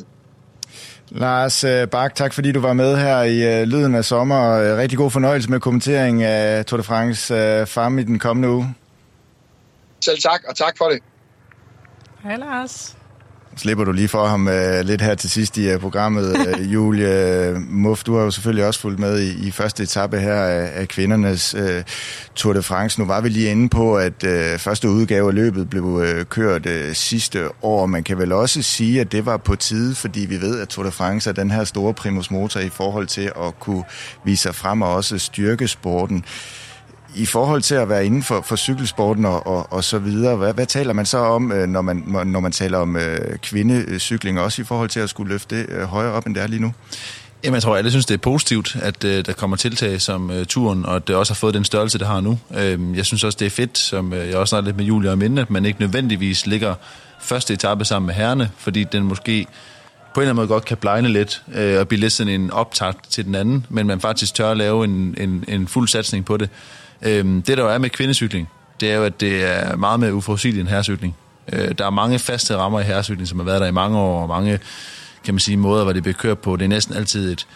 S8: Lars Bak, tak fordi du var med her i uh, Lyden af Sommer. Rigtig god fornøjelse med kommentering af Tour de France uh, Farm i den kommende uge.
S11: Selv tak, og tak for det.
S10: Hej Lars.
S8: Slipper du lige for ham uh, lidt her til sidst i uh, programmet, uh, Julie Muff. Du har jo selvfølgelig også fulgt med i, i første etape her af, af kvindernes uh, Tour de France. Nu var vi lige inde på, at uh, første udgave af løbet blev uh, kørt uh, sidste år. Man kan vel også sige, at det var på tide, fordi vi ved, at Tour de France er den her store primus motor i forhold til at kunne vise sig frem og også styrke sporten. I forhold til at være inden for, for cykelsporten og, og, og så videre, hvad, hvad taler man så om, når man, når man taler om øh, kvindecykling, også i forhold til at skulle løfte det øh, højere op, end det er lige nu?
S9: Jamen, jeg tror, alle synes, det er positivt, at øh, der kommer tiltag som øh, turen, og at det også har fået den størrelse, det har nu. Øh, jeg synes også, det er fedt, som øh, jeg også snakkede lidt med Julie om inden, at man ikke nødvendigvis ligger første etape sammen med herrene, fordi den måske på en eller anden måde godt kan blegne lidt øh, og blive lidt sådan en optakt til den anden, men man faktisk tør at lave en, en, en fuld satsning på det. Det, der jo er med kvindecykling, det er jo, at det er meget mere uforudsigeligt end herrecykling. Der er mange faste rammer i herrecykling, som har været der i mange år, og mange, kan man sige, måder, hvor det bliver kørt på. Det er næsten altid et,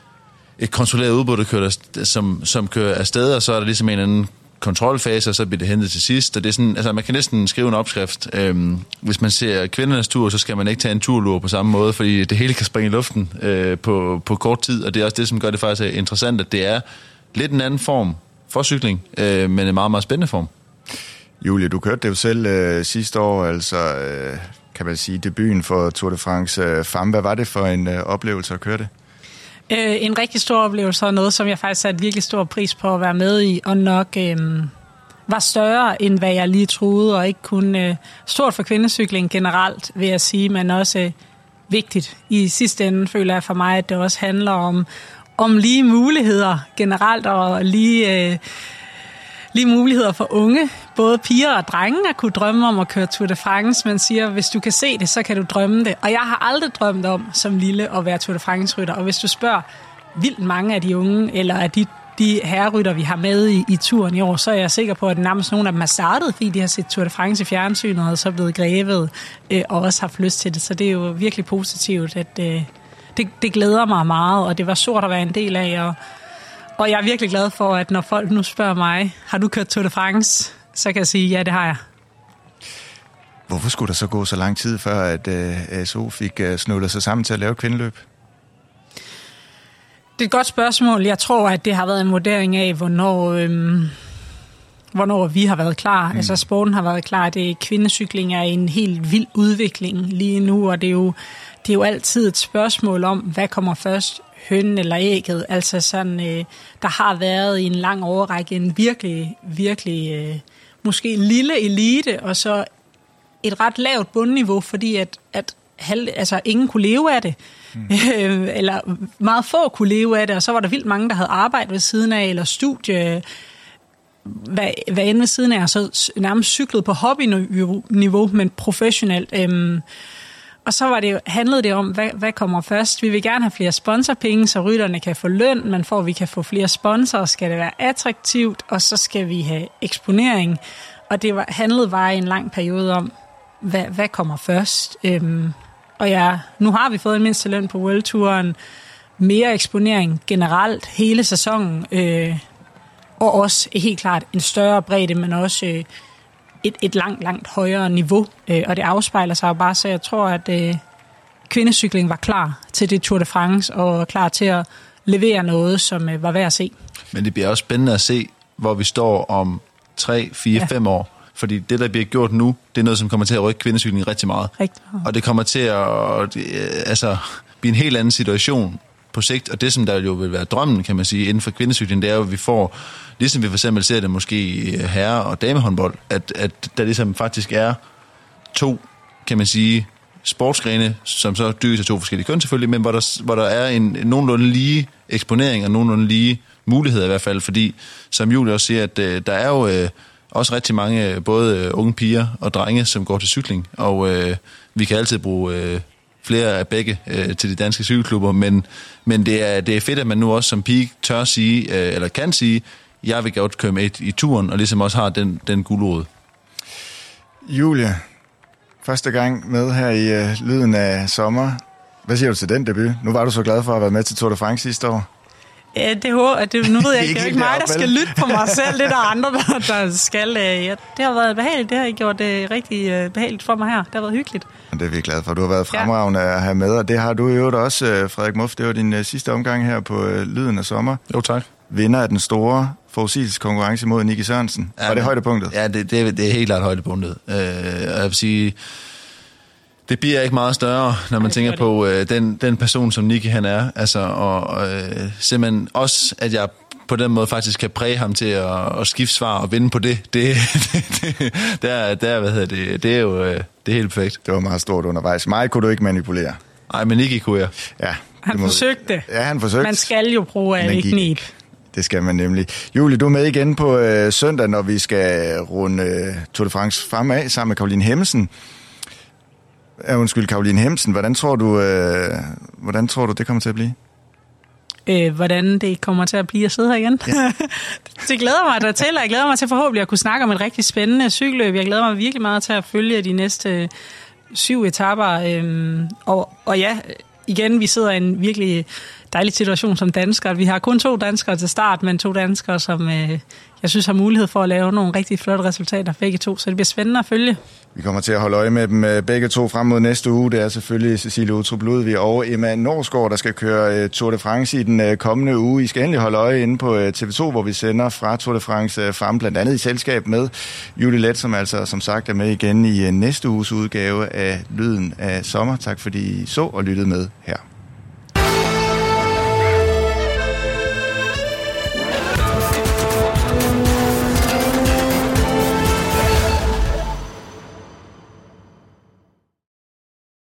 S9: et kontrolleret udbud, der kører, som, som kører afsted, og så er der ligesom en anden kontrolfase, og så bliver det hentet til sidst. Og det er sådan, altså man kan næsten skrive en opskrift. Øhm, hvis man ser kvindernes tur, så skal man ikke tage en turlur på samme måde, fordi det hele kan springe i luften øh, på, på kort tid, og det er også det, som gør det faktisk interessant, at det er lidt en anden form for cykling, øh, men en meget, meget spændende form.
S8: Julie, du kørte det jo selv øh, sidste år, altså øh, kan man sige debuten for Tour de France øh, Femme. Hvad var det for en øh, oplevelse at køre det?
S10: Øh, en rigtig stor oplevelse, og noget, som jeg faktisk satte virkelig stor pris på at være med i, og nok øh, var større, end hvad jeg lige troede, og ikke kun øh, stort for kvindecykling generelt, vil jeg sige, men også øh, vigtigt. I sidste ende føler jeg for mig, at det også handler om om lige muligheder generelt, og lige, øh, lige muligheder for unge, både piger og drenge, at kunne drømme om at køre Tour de France. Man siger, hvis du kan se det, så kan du drømme det. Og jeg har aldrig drømt om, som lille, at være Tour de France-rytter. Og hvis du spørger vildt mange af de unge, eller af de de herrerytter, vi har med i, i turen i år, så er jeg sikker på, at nærmest nogle af dem har startet, fordi de har set Tour de France i fjernsynet, og så er blevet grebet, øh, og også haft lyst til det. Så det er jo virkelig positivt, at øh, det, det glæder mig meget, og det var sort at være en del af, og, og jeg er virkelig glad for, at når folk nu spørger mig, har du kørt Tour de France? Så kan jeg sige, ja, det har jeg.
S8: Hvorfor skulle der så gå så lang tid, før at øh, A S O fik øh, snullet sig sammen til at lave kvindeløb?
S10: Det er et godt spørgsmål. Jeg tror, at det har været en vurdering af, hvornår, øhm, hvornår vi har været klar. Mm. Altså, sporten har været klar. Det kvindecykling er en helt vild udvikling lige nu, og det er jo, det er jo altid et spørgsmål om, hvad kommer først, hønnen eller ægget. Altså sådan, øh, der har været i en lang overrække en virkelig, virkelig, øh, måske lille elite, og så et ret lavt bundniveau, fordi at, at halv, altså, ingen kunne leve af det. Mm. eller meget få kunne leve af det, og så var der vildt mange, der havde arbejde ved siden af, eller studie, hvad, hvad end ved siden af, og så nærmest cyklet på hobbyniveau, men professionelt. Øhm, og så var det, handlede det om, hvad, hvad kommer først? Vi vil gerne have flere sponsorpenge, så rytterne kan få løn, men for at vi kan få flere sponsorer, skal det være attraktivt, og så skal vi have eksponering. Og det var, handlede bare i en lang periode om, hvad, hvad kommer først? Øhm, Og ja, nu har vi fået en mindsteløn på World Touren, mere eksponering generelt hele sæsonen, øh, og også helt klart en større bredde, men også øh, et, et langt, langt højere niveau. Øh, og det afspejler sig jo bare, så jeg tror, at øh, kvindecykling var klar til det Tour de France, og klar til at levere noget, som øh, var værd at se.
S9: Men det bliver også spændende at se, hvor vi står om tre, fire, ja. fem år. Fordi det, der bliver gjort nu, det er noget, som kommer til at rykke kvindecykling rigtig meget.
S10: Rigtig.
S9: Og det kommer til at altså, blive en helt anden situation på sigt. Og det, som der jo vil være drømmen, kan man sige, inden for kvindecykling, det er jo, at vi får, ligesom vi for eksempel ser det måske i herre- og damehåndbold, at, at der ligesom faktisk er to, kan man sige, sportsgrene, som så dyrkes af to forskellige køn selvfølgelig, men hvor der, hvor der er en, en nogenlunde lige eksponering og nogenlunde lige muligheder i hvert fald. Fordi, som Julie også siger, at øh, der er jo... Øh, også rigtig mange, både unge piger og drenge, som går til cykling, og øh, vi kan altid bruge øh, flere af begge øh, til de danske cykelklubber, men, men det, er, det er fedt, at man nu også som pige tør sige, øh, eller kan sige, jeg vil godt køre med i turen, og ligesom også har den, den gulerod.
S8: Julie, første gang med her i øh, Lyden af sommer. Hvad siger du til den debut? Nu var du så glad for at have været med til Tour de France sidste år.
S10: Ja, det håber det, nu ved jeg ikke, det er ikke mig, der skal lytte på mig selv. Det er der andre, der, der skal. Ja, det har været behageligt. Det har gjort det rigtig behageligt for mig her. Det har været hyggeligt.
S8: Det er vi glade for. Du har været fremragende ja. at have med, og det har du jo også, Frederik Muff. Det var din sidste omgang her på Lyden af sommer.
S9: Jo, tak.
S8: Vinder af den store forudsigelseskonkurrence mod Nicky Sørensen. Ja, var det højdepunktet?
S9: Ja, det, det, det er helt klart højdepunktet. Øh, jeg vil sige... Det bliver ikke meget større, når man tænker på øh, den, den person, som Nicky han er. Altså, og øh, simpelthen også, at jeg på den måde faktisk kan præge ham til at, at skifte svar og vinde på det. Det, det, det, der, der, hvad hedder det, det er jo øh, det er helt perfekt.
S8: Det var meget stort undervejs. Mig kunne du ikke manipulere.
S9: Nej, men Nicky kunne jeg.
S8: Ja,
S10: han må... forsøgte.
S8: Ja, han forsøgte.
S10: Man skal jo bruge af knib.
S8: Det skal man nemlig. Julie, du er med igen på øh, søndag, når vi skal runde øh, Tour de France fremad sammen med Caroline Hemmesen. Ja, undskyld, Caroline Hemmesen. Hvordan tror du, øh, hvordan tror du, det kommer til at blive?
S10: Øh, hvordan det kommer til at blive at sidde her igen? Ja. Det glæder mig da til, og jeg glæder mig til forhåbentlig at kunne snakke om et rigtig spændende cykelløb. Jeg glæder mig virkelig meget til at følge de næste syv etaper. Øh, og, og ja, igen, vi sidder i en virkelig dejlig situation som danskere. Vi har kun to danskere til start, men to danskere, som øh, jeg synes har mulighed for at lave nogle rigtig flotte resultater begge to. Så det bliver spændende at følge. Vi
S8: kommer til at holde øje med dem begge to frem mod næste uge. Det er selvfølgelig Cecilie Uttrup Ludvig og Emma Norsgaard, der skal køre Tour de France i den kommende uge. I skal endelig holde øje inde på T V to, hvor vi sender fra Tour de France frem, blandt andet i selskab med Julie Let, som altså som sagt er med igen i næste uges udgave af Lyden af sommer. Tak fordi I så og lyttede med her.